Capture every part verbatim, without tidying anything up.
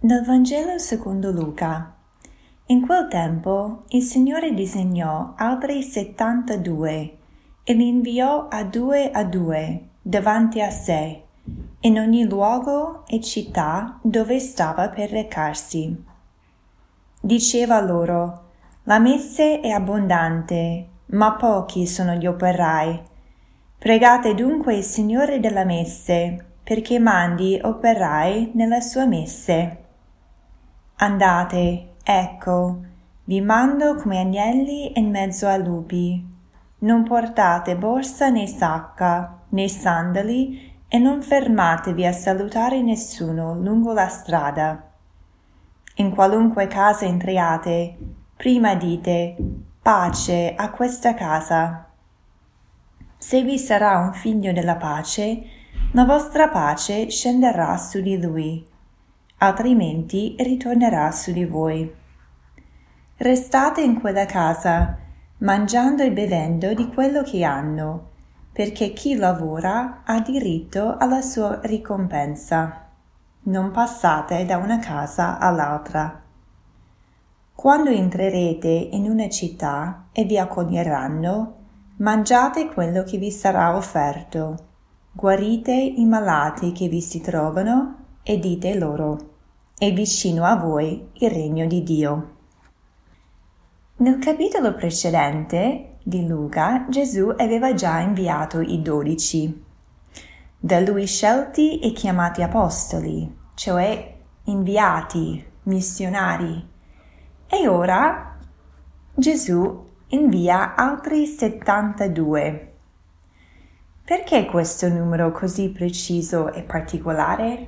Dal Vangelo secondo Luca. In quel tempo il Signore disegnò altri settantadue e li inviò a due a due davanti a sé, in ogni luogo e città dove stava per recarsi. Diceva loro: la messe è abbondante, ma pochi sono gli operai. Pregate dunque il Signore della messe, perché mandi operai nella sua messe. Andate, ecco, vi mando come agnelli in mezzo a lupi. Non portate borsa né sacca, né sandali, e non fermatevi a salutare nessuno lungo la strada. In qualunque casa entriate, prima dite: pace a questa casa. Se vi sarà un figlio della pace, la vostra pace scenderà su di lui, altrimenti ritornerà su di voi. Restate in quella casa, mangiando e bevendo di quello che hanno, perché chi lavora ha diritto alla sua ricompensa. Non passate da una casa all'altra. Quando entrerete in una città e vi accoglieranno, mangiate quello che vi sarà offerto, guarite i malati che vi si trovano e dite loro: è vicino a voi il regno di Dio. Nel capitolo precedente di Luca, Gesù aveva già inviato i dodici, da lui scelti e chiamati apostoli, cioè inviati, missionari. E ora Gesù invia altri settantadue. Perché questo numero così preciso e particolare?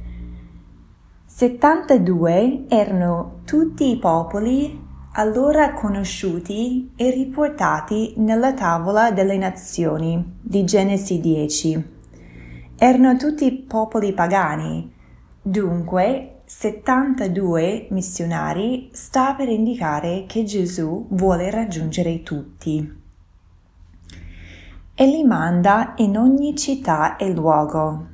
settantadue erano tutti i popoli allora conosciuti e riportati nella tavola delle nazioni di Genesi dieci. Erano tutti popoli pagani, dunque settantadue missionari sta per indicare che Gesù vuole raggiungere tutti. E li manda in ogni città e luogo.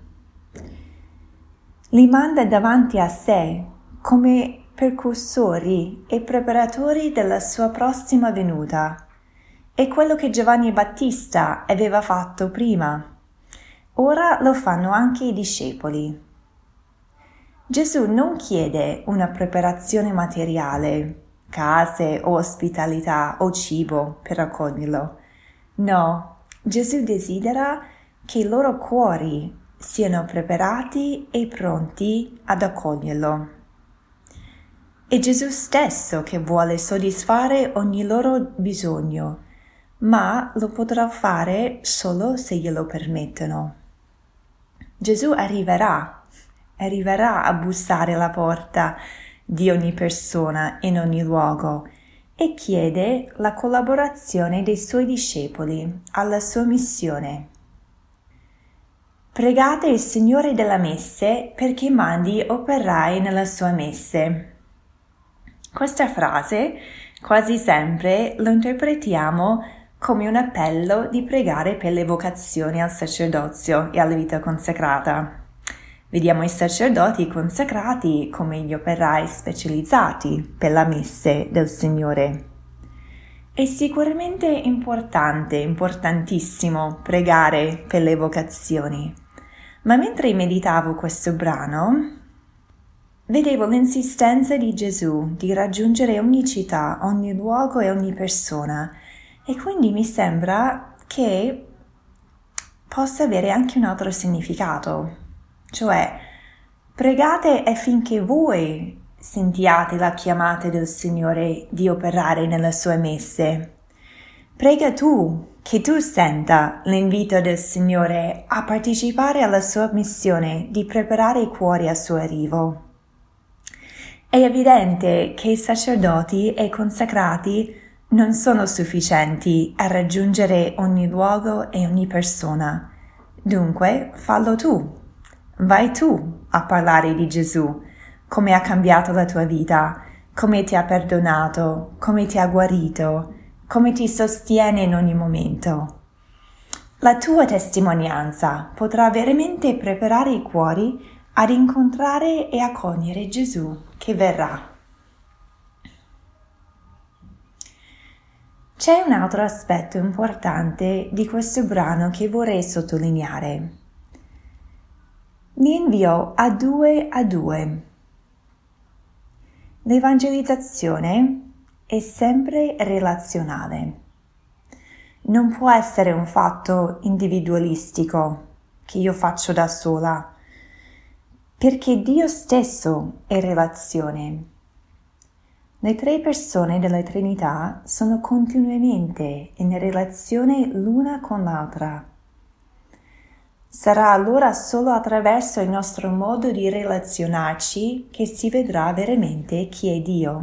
Li manda davanti a sé come precursori e preparatori della sua prossima venuta. È quello che Giovanni Battista aveva fatto prima. Ora lo fanno anche i discepoli. Gesù non chiede una preparazione materiale, case o ospitalità o cibo per accoglierlo. No, Gesù desidera che i loro cuori siano preparati e pronti ad accoglierlo. È Gesù stesso che vuole soddisfare ogni loro bisogno, ma lo potrà fare solo se glielo permettono. Gesù arriverà, arriverà a bussare alla porta di ogni persona in ogni luogo e chiede la collaborazione dei suoi discepoli alla sua missione. Pregate il Signore della messe perché mandi operai nella sua messe. Questa frase quasi sempre lo interpretiamo come un appello di pregare per le vocazioni al sacerdozio e alla vita consacrata. Vediamo i sacerdoti consacrati come gli operai specializzati per la messe del Signore. È sicuramente importante, importantissimo pregare per le vocazioni, ma mentre meditavo questo brano, vedevo l'insistenza di Gesù di raggiungere ogni città, ogni luogo e ogni persona, e quindi mi sembra che possa avere anche un altro significato, cioè pregate affinché voi sentiate la chiamata del Signore di operare nelle sue messe. Prega tu, che tu senta l'invito del Signore a partecipare alla sua missione di preparare i cuori al suo arrivo. È evidente che i sacerdoti e i consacrati non sono sufficienti a raggiungere ogni luogo e ogni persona. Dunque, fallo tu. Vai tu a parlare di Gesù, come ha cambiato la tua vita, come ti ha perdonato, come ti ha guarito, come ti sostiene in ogni momento. La tua testimonianza potrà veramente preparare i cuori ad incontrare e accogliere Gesù che verrà. C'è un altro aspetto importante di questo brano che vorrei sottolineare. Mi inviò a due a due. L'evangelizzazione è sempre relazionale. Non può essere un fatto individualistico che io faccio da sola, perché Dio stesso è relazione. Le tre persone della Trinità sono continuamente in relazione l'una con l'altra. Sarà allora solo attraverso il nostro modo di relazionarci che si vedrà veramente chi è Dio.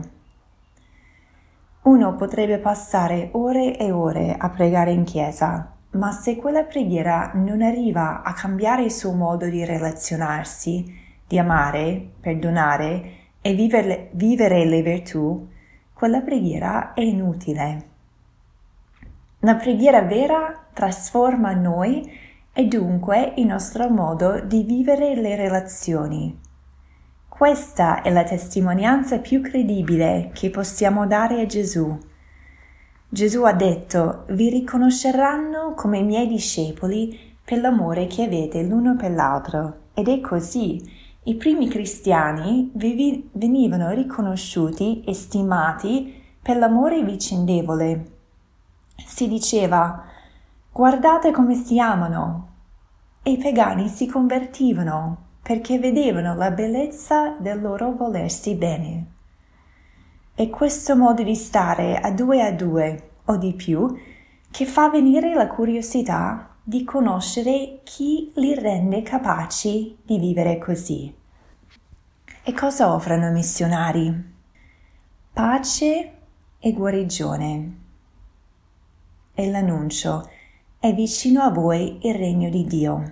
Uno potrebbe passare ore e ore a pregare in chiesa, ma se quella preghiera non arriva a cambiare il suo modo di relazionarsi, di amare, perdonare e vivere, vivere le virtù, quella preghiera è inutile. La preghiera vera trasforma noi e dunque il nostro modo di vivere le relazioni. Questa è la testimonianza più credibile che possiamo dare a Gesù. Gesù ha detto: vi riconosceranno come miei discepoli per l'amore che avete l'uno per l'altro. Ed è così. I primi cristiani vivi, venivano riconosciuti e stimati per l'amore vicendevole. Si diceva: guardate come si amano. E i pagani si convertivano perché vedevano la bellezza del loro volersi bene. È questo modo di stare a due a due o di più che fa venire la curiosità di conoscere chi li rende capaci di vivere così. E cosa offrono i missionari? Pace e guarigione. E l'annuncio: è vicino a voi il regno di Dio.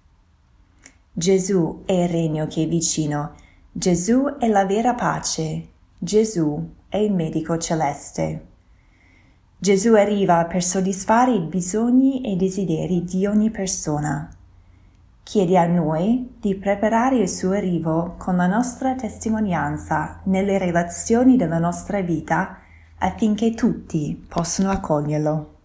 Gesù è il regno che è vicino. Gesù è la vera pace. Gesù è il medico celeste. Gesù arriva per soddisfare i bisogni e i desideri di ogni persona. Chiede a noi di preparare il suo arrivo con la nostra testimonianza nelle relazioni della nostra vita affinché tutti possano accoglierlo.